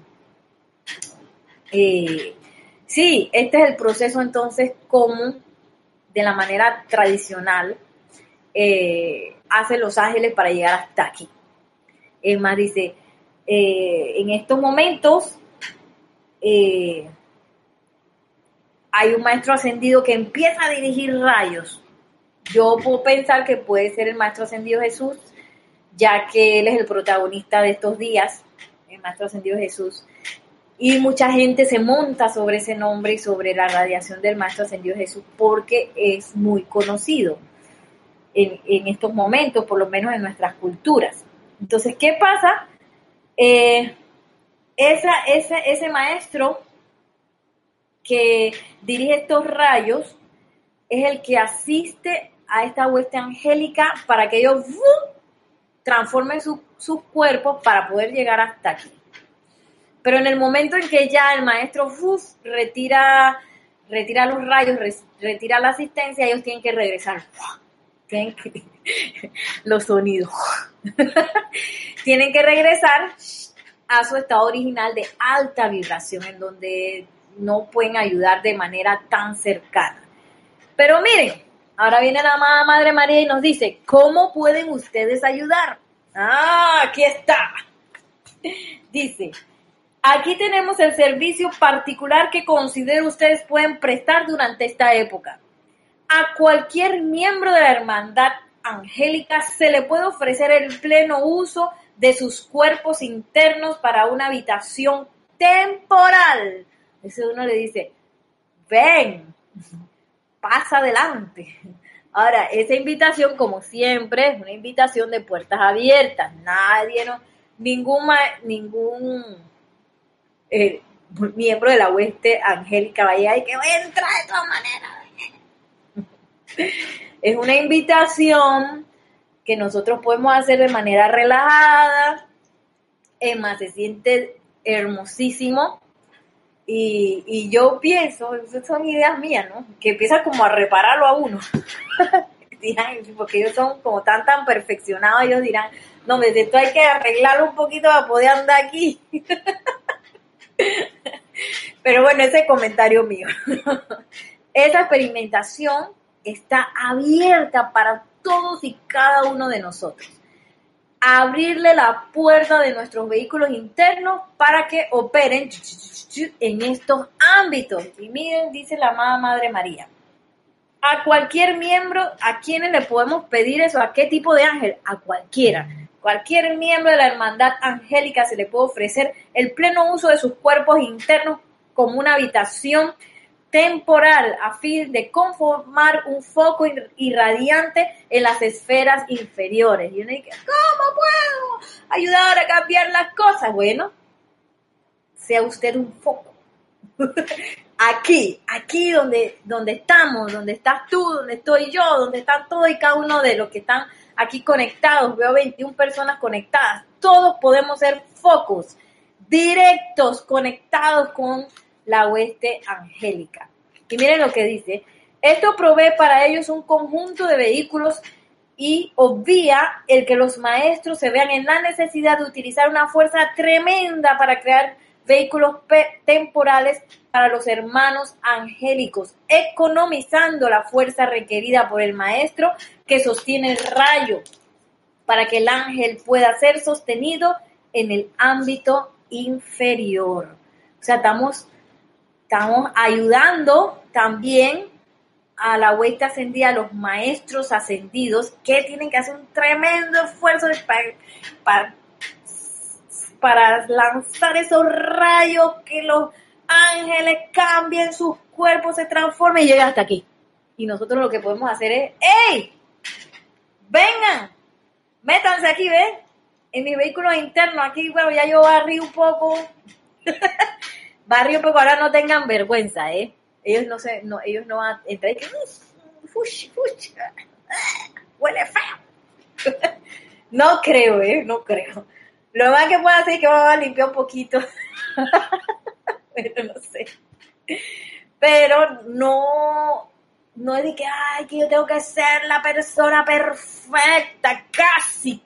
Sí, este es el proceso entonces como de la manera tradicional hacen los ángeles para llegar hasta aquí. Es más, dice, en estos momentos hay un maestro ascendido que empieza a dirigir rayos. Yo puedo pensar que puede ser el maestro ascendido Jesús, ya que él es el protagonista de estos días, el maestro ascendido Jesús. Y mucha gente se monta sobre ese nombre y sobre la radiación del maestro ascendido Jesús porque es muy conocido en estos momentos, por lo menos en nuestras culturas. Entonces, ¿qué pasa? Ese maestro que dirige estos rayos es el que asiste a esta hueste angélica para que ellos transformen sus cuerpos para poder llegar hasta aquí. Pero en el momento en que ya el maestro retira los rayos, retira la asistencia, ellos tienen que regresar. Tienen que, los sonidos. Tienen que regresar a su estado original de alta vibración, en donde no pueden ayudar de manera tan cercana. Pero miren, ahora viene la amada Madre María y nos dice, ¿cómo pueden ustedes ayudar? Aquí está. Dice, aquí tenemos el servicio particular que considero ustedes pueden prestar durante esta época. A cualquier miembro de la hermandad angélica se le puede ofrecer el pleno uso de sus cuerpos internos para una habitación temporal. Ese uno le dice, ven, pasa adelante. Ahora, esa invitación, como siempre, es una invitación de puertas abiertas. Ningún miembro de la hueste angélica va a llegar y que entra de todas maneras. Es una invitación que nosotros podemos hacer de manera relajada. Es más, se siente hermosísimo. Y yo pienso, esas son ideas mías, ¿no? Que empieza como a repararlo a uno. Porque ellos son como tan perfeccionados, ellos dirán, no, esto hay que arreglarlo un poquito para poder andar aquí. Pero bueno, ese comentario mío. Esa experimentación está abierta para todos y cada uno de nosotros. Abrirle la puerta de nuestros vehículos internos para que operen en estos ámbitos. Y miren, dice la amada Madre María, a cualquier miembro, ¿a quienes le podemos pedir eso? ¿A qué tipo de ángel? A cualquiera. Cualquier miembro de la hermandad angélica se le puede ofrecer el pleno uso de sus cuerpos internos como una habitación temporal a fin de conformar un foco irradiante en las esferas inferiores. Y uno dice, ¿cómo puedo ayudar a cambiar las cosas? Bueno, sea usted un foco. Aquí donde estamos, donde estás tú, donde estoy yo, donde están todos y cada uno de los que están aquí conectados. Veo 21 personas conectadas. Todos podemos ser focos directos, conectados con la hueste angélica. Y miren lo que dice, esto provee para ellos un conjunto de vehículos y obvia el que los maestros se vean en la necesidad de utilizar una fuerza tremenda para crear vehículos temporales para los hermanos angélicos, economizando la fuerza requerida por el maestro que sostiene el rayo para que el ángel pueda ser sostenido en el ámbito inferior. O sea, estamos ayudando también a la hueste ascendida, a los maestros ascendidos, que tienen que hacer un tremendo esfuerzo para lanzar esos rayos, que los ángeles cambien sus cuerpos, se transformen y lleguen hasta aquí. Y nosotros lo que podemos hacer es, ¡hey! ¡Vengan! Métanse aquí, ¿ven? En mis vehículos internos, aquí, bueno, ya yo barrí un poco. Barrio, porque ahora no tengan vergüenza, ¿eh? Ellos no van a entrar y que huele feo. No creo, no creo. Lo más que puedo hacer es que vamos a limpiar un poquito. Pero no sé. Pero no es de que, ay, que yo tengo que ser la persona perfecta, casi.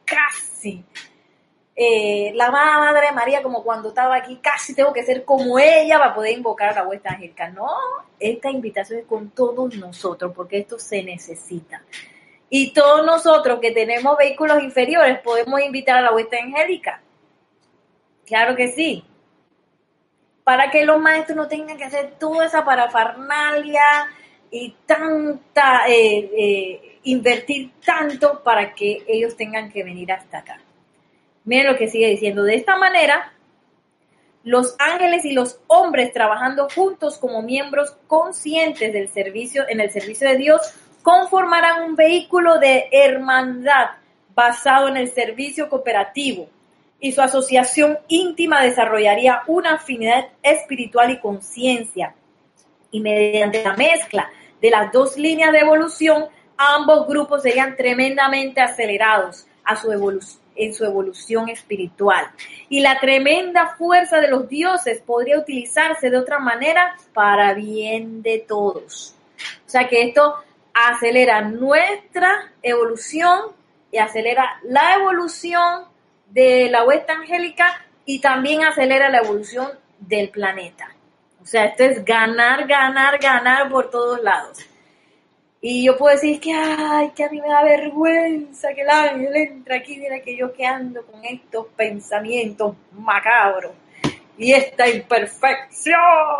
La Madre María, como cuando estaba aquí, casi tengo que ser como ella para poder invocar a la hueste angélica. No, esta invitación es con todos nosotros, porque esto se necesita. Y todos nosotros que tenemos vehículos inferiores podemos invitar a la hueste angélica. Claro que sí. para que los maestros no tengan que hacer toda esa parafernalia y invertir tanto para que ellos tengan que venir hasta acá. Miren lo que sigue diciendo. De esta manera, los ángeles y los hombres trabajando juntos como miembros conscientes del servicio, en el servicio de Dios, conformarán un vehículo de hermandad basado en el servicio cooperativo, y su asociación íntima desarrollaría una afinidad espiritual y conciencia. Y mediante la mezcla de las dos líneas de evolución, ambos grupos serían tremendamente acelerados en su evolución espiritual. Y la tremenda fuerza de los dioses podría utilizarse de otra manera para bien de todos. O sea que esto acelera nuestra evolución y acelera la evolución de la hueste angélica y también acelera la evolución del planeta. O sea, esto es ganar, ganar, ganar por todos lados. Y yo puedo decir que a mí me da vergüenza que el ángel entre aquí, mira que yo que ando con estos pensamientos macabros y esta imperfección.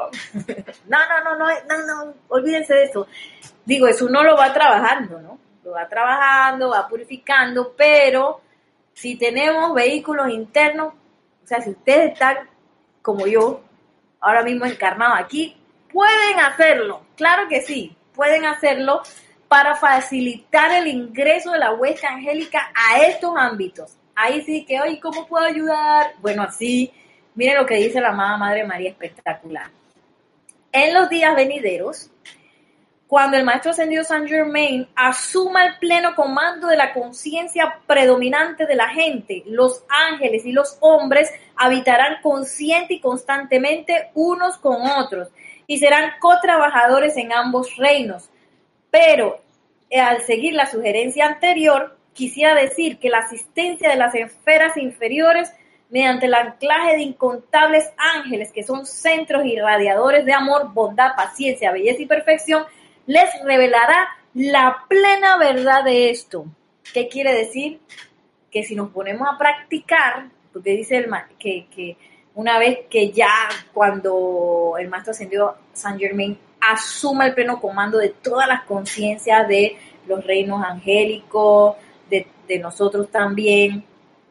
No, olvídense de eso. Digo, eso uno lo va trabajando, ¿no? Lo va trabajando, va purificando, pero si tenemos vehículos internos, o sea, si ustedes están como yo, ahora mismo encarnados aquí, pueden hacerlo, claro que sí, pueden hacerlo para facilitar el ingreso de la hueste angélica a estos ámbitos. Ahí sí que, oye, ¿cómo puedo ayudar? Bueno, así, miren lo que dice la amada Madre María, espectacular. En los días venideros, cuando el Maestro Ascendido Saint Germain asuma el pleno comando de la conciencia predominante de la gente, los ángeles y los hombres habitarán consciente y constantemente unos con otros y serán cotrabajadores en ambos reinos. Pero al seguir la sugerencia anterior, quisiera decir que la asistencia de las esferas inferiores mediante el anclaje de incontables ángeles que son centros irradiadores de amor, bondad, paciencia, belleza y perfección, les revelará la plena verdad de esto. ¿Qué quiere decir? Que si nos ponemos a practicar, porque dice que una vez que ya cuando el Maestro Ascendido Saint Germain asuma el pleno comando de todas las conciencias de los reinos angélicos, de nosotros también,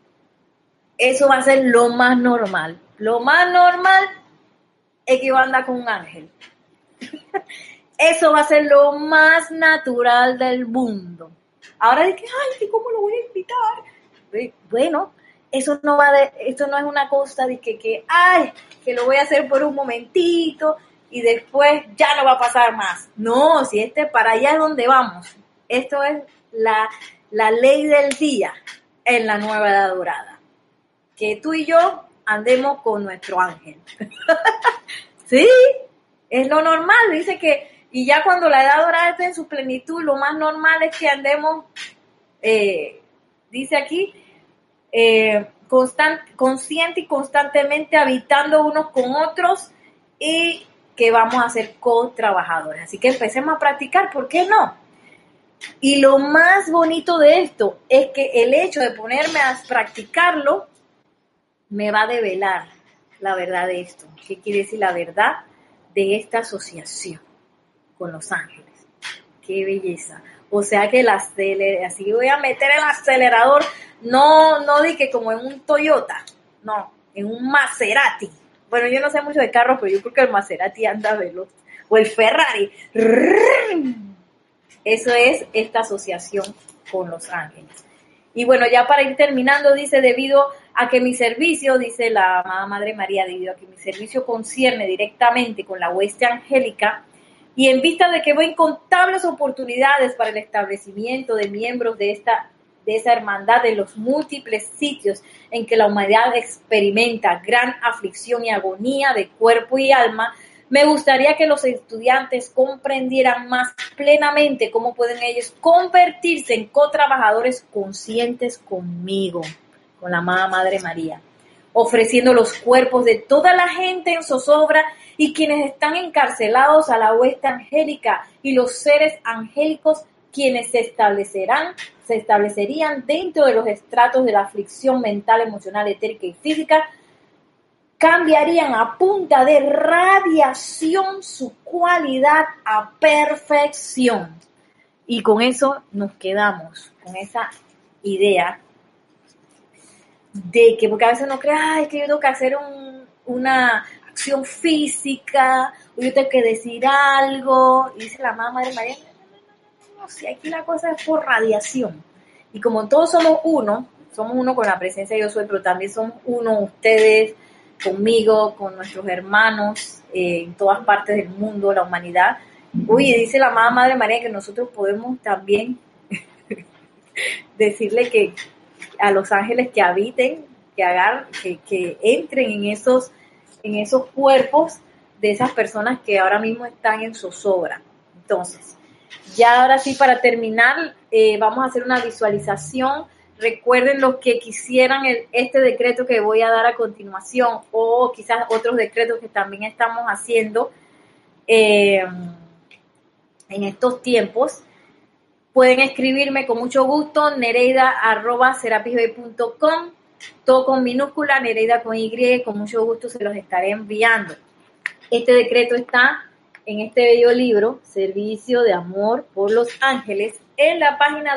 eso va a ser lo más normal. Lo más normal es que yo ande con un ángel. Eso va a ser lo más natural del mundo. Ahora de que, ¿cómo lo voy a invitar? Bueno, esto no es una cosa de que lo voy a hacer por un momentito y después ya no va a pasar más. No, si para allá es donde vamos. Esto es la ley del día en la nueva edad dorada. Que tú y yo andemos con nuestro ángel. Sí, es lo normal. Dice que y ya cuando la edad dorada esté en su plenitud, lo más normal es que andemos, dice aquí, consciente y constantemente habitando unos con otros y que vamos a ser co-trabajadores. Así que empecemos a practicar, ¿por qué no? Y lo más bonito de esto es que el hecho de ponerme a practicarlo me va a develar la verdad de esto. ¿Qué quiere decir la verdad de esta asociación con los ángeles? ¡Qué belleza! O sea que así voy a meter el acelerador, no di que como en un Toyota, no, en un Maserati. Bueno, yo no sé mucho de carros, pero yo creo que el Maserati anda veloz. O el Ferrari. Eso es esta asociación con los ángeles. Y bueno, ya para ir terminando, dice, debido a que mi servicio, dice la amada Madre María, debido a que mi servicio concierne directamente con la hueste angélica, y en vista de que veo incontables oportunidades para el establecimiento de miembros de esa hermandad en los múltiples sitios en que la humanidad experimenta gran aflicción y agonía de cuerpo y alma, me gustaría que los estudiantes comprendieran más plenamente cómo pueden ellos convertirse en cotrabajadores conscientes conmigo, con la amada Madre María, ofreciendo los cuerpos de toda la gente en zozobra y quienes están encarcelados a la hueste angélica y los seres angélicos quienes se establecerían dentro de los estratos de la aflicción mental, emocional, etérica y física, cambiarían a punta de radiación su cualidad a perfección. Y con eso nos quedamos, con esa idea de que, porque a veces uno cree, es que yo tengo que hacer una acción física, o yo tengo que decir algo, y dice la mamá Madre María, no, si aquí la cosa es por radiación. Y como todos somos uno con la presencia de Yo Soy, pero también somos uno, ustedes, conmigo, con nuestros hermanos, en todas partes del mundo, la humanidad. Oye, dice la mamá Madre María que nosotros podemos también decirle que a los ángeles que habiten, que entren en esos cuerpos de esas personas que ahora mismo están en zozobra. Entonces, ya ahora sí, para terminar, vamos a hacer una visualización. Recuerden los que quisieran este decreto que voy a dar a continuación, o quizás otros decretos que también estamos haciendo en estos tiempos. Pueden escribirme con mucho gusto, nereida@serapisbay.com, todo con minúscula, Nereida con Y, con mucho gusto se los estaré enviando. Este decreto está en este bello libro, Servicio de Amor por los Ángeles, en la página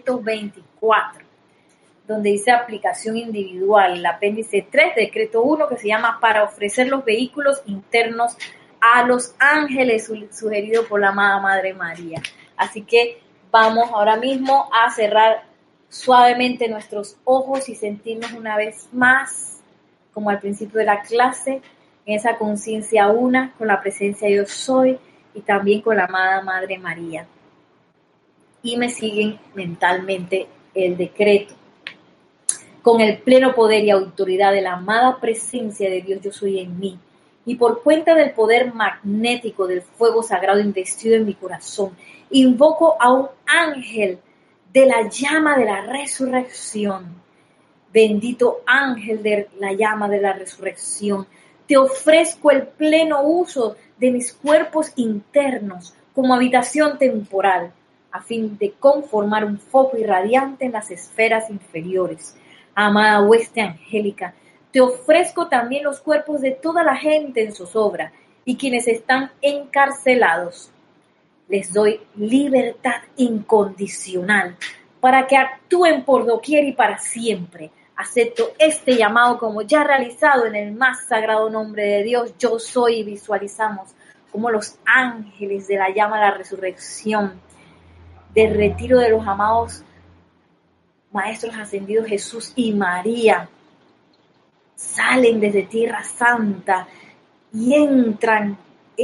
224, donde dice aplicación individual, el apéndice 3, decreto 1, que se llama para ofrecer los vehículos internos a los ángeles, sugerido por la amada Madre María. Así que vamos ahora mismo a cerrar suavemente nuestros ojos y sentirnos una vez más, como al principio de la clase, en esa conciencia una con la presencia de Yo Soy y también con la amada Madre María. Y me siguen mentalmente el decreto. Con el pleno poder y autoridad de la amada presencia de Dios Yo Soy en mí, y por cuenta del poder magnético del fuego sagrado investido en mi corazón, invoco a un ángel de la llama de la resurrección. Bendito ángel de la llama de la resurrección, te ofrezco el pleno uso de mis cuerpos internos como habitación temporal, a fin de conformar un foco irradiante en las esferas inferiores. Amada hueste angélica, te ofrezco también los cuerpos de toda la gente en zozobra y quienes están encarcelados. Les doy libertad incondicional para que actúen por doquier y para siempre. Acepto este llamado como ya realizado en el más sagrado nombre de Dios, Yo Soy, y visualizamos como los ángeles de la llama de la resurrección, del retiro de los amados Maestros Ascendidos Jesús y María, salen desde Tierra Santa y entran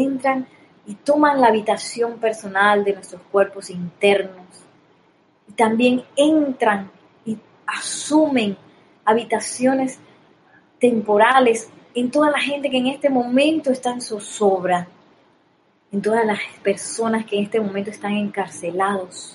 y toman la habitación personal de nuestros cuerpos internos. Y también entran y asumen habitaciones temporales en toda la gente que en este momento está en zozobra, en todas las personas que en este momento están encarcelados.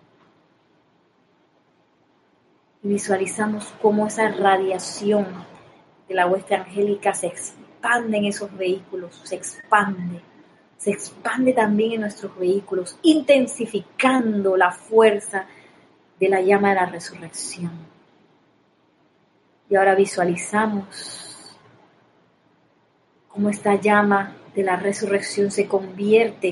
Y visualizamos cómo esa radiación de la hueste angélica se expande en esos vehículos, se expande también en nuestros vehículos, intensificando la fuerza de la llama de la resurrección. Y ahora visualizamos cómo esta llama de la resurrección se convierte,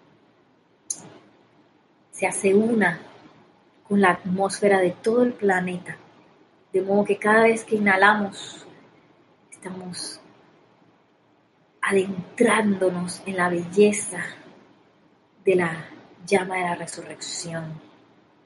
se hace una con la atmósfera de todo el planeta, de modo que cada vez que inhalamos, estamos adentrándonos en la belleza de la llama de la resurrección.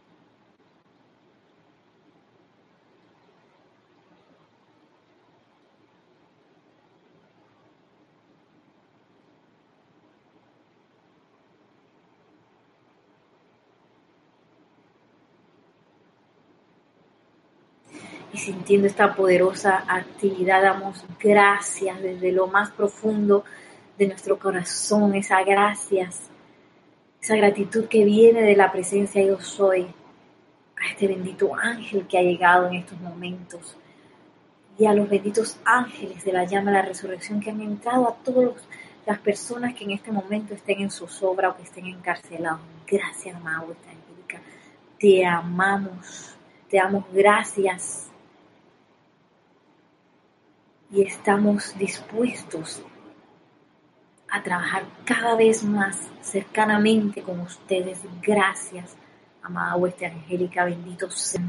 Y sintiendo esta poderosa actividad, damos gracias desde lo más profundo de nuestro corazón, esa gratitud que viene de la presencia de Yo Soy, a este bendito ángel que ha llegado en estos momentos, y a los benditos ángeles de la llama de la resurrección que han entrado a todas las personas que en este momento estén en zozobra o que estén encarcelados. Gracias, amada hueste angélica. Te amamos, te damos gracias. y estamos dispuestos a trabajar cada vez más cercanamente con ustedes. Gracias, amada hueste angélica, bendito sea.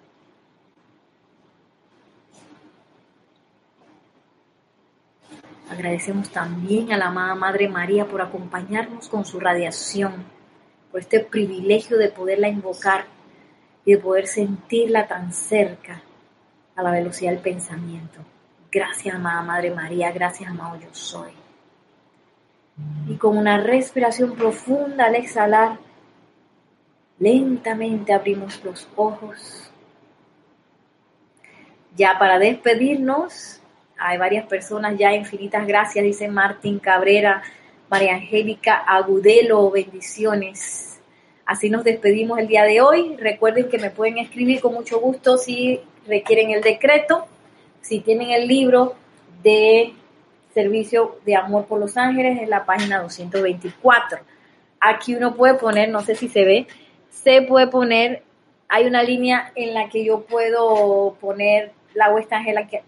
Agradecemos también a la amada Madre María por acompañarnos con su radiación, por este privilegio de poderla invocar y de poder sentirla tan cerca a la velocidad del pensamiento. Gracias, amada Madre María, gracias, amado Yo Soy. Y con una respiración profunda al exhalar, lentamente abrimos los ojos. Ya para despedirnos, hay varias personas ya, infinitas gracias, dice Martín Cabrera, María Angélica Agudelo, bendiciones. Así nos despedimos el día de hoy. Recuerden que me pueden escribir con mucho gusto si requieren el decreto, si tienen el libro de Servicio de Amor por los Ángeles en la página 224. Aquí uno puede poner, no sé si se puede poner, hay una línea en la que yo puedo poner la huesta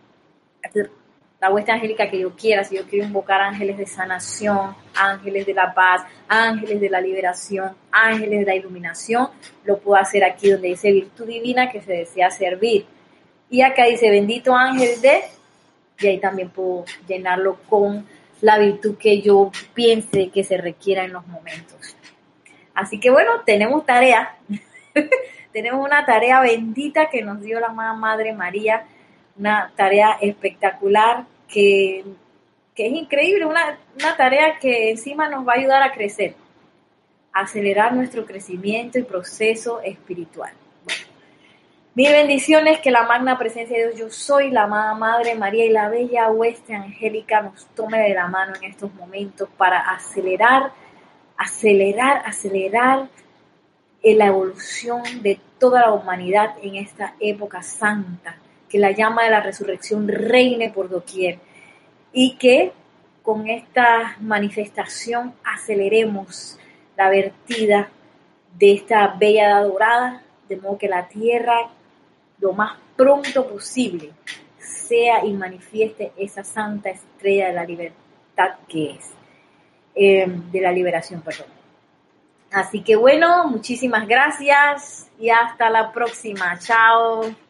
angélica que yo quiera. Si yo quiero invocar ángeles de sanación, ángeles de la paz, ángeles de la liberación, ángeles de la iluminación, lo puedo hacer aquí donde dice virtud divina que se desea servir. Y acá dice bendito ángel de, y ahí también puedo llenarlo con la virtud que yo piense que se requiera en los momentos. Así que bueno, tenemos tarea. Tenemos una tarea bendita que nos dio la Madre María, una tarea espectacular que es increíble, una tarea que encima nos va a ayudar a crecer, a acelerar nuestro crecimiento y proceso espiritual. Bueno, mil bendiciones, que la magna presencia de Dios Yo Soy, la amada Madre María y la bella hueste angélica nos tome de la mano en estos momentos para acelerar en la evolución de toda la humanidad en esta época santa, que la llama de la resurrección reine por doquier y que con esta manifestación aceleremos la vertida de esta bella edad dorada, de modo que la tierra lo más pronto posible sea y manifieste esa santa estrella de la libertad que es, de la liberación, perdón. Así que bueno, muchísimas gracias y hasta la próxima. Chao.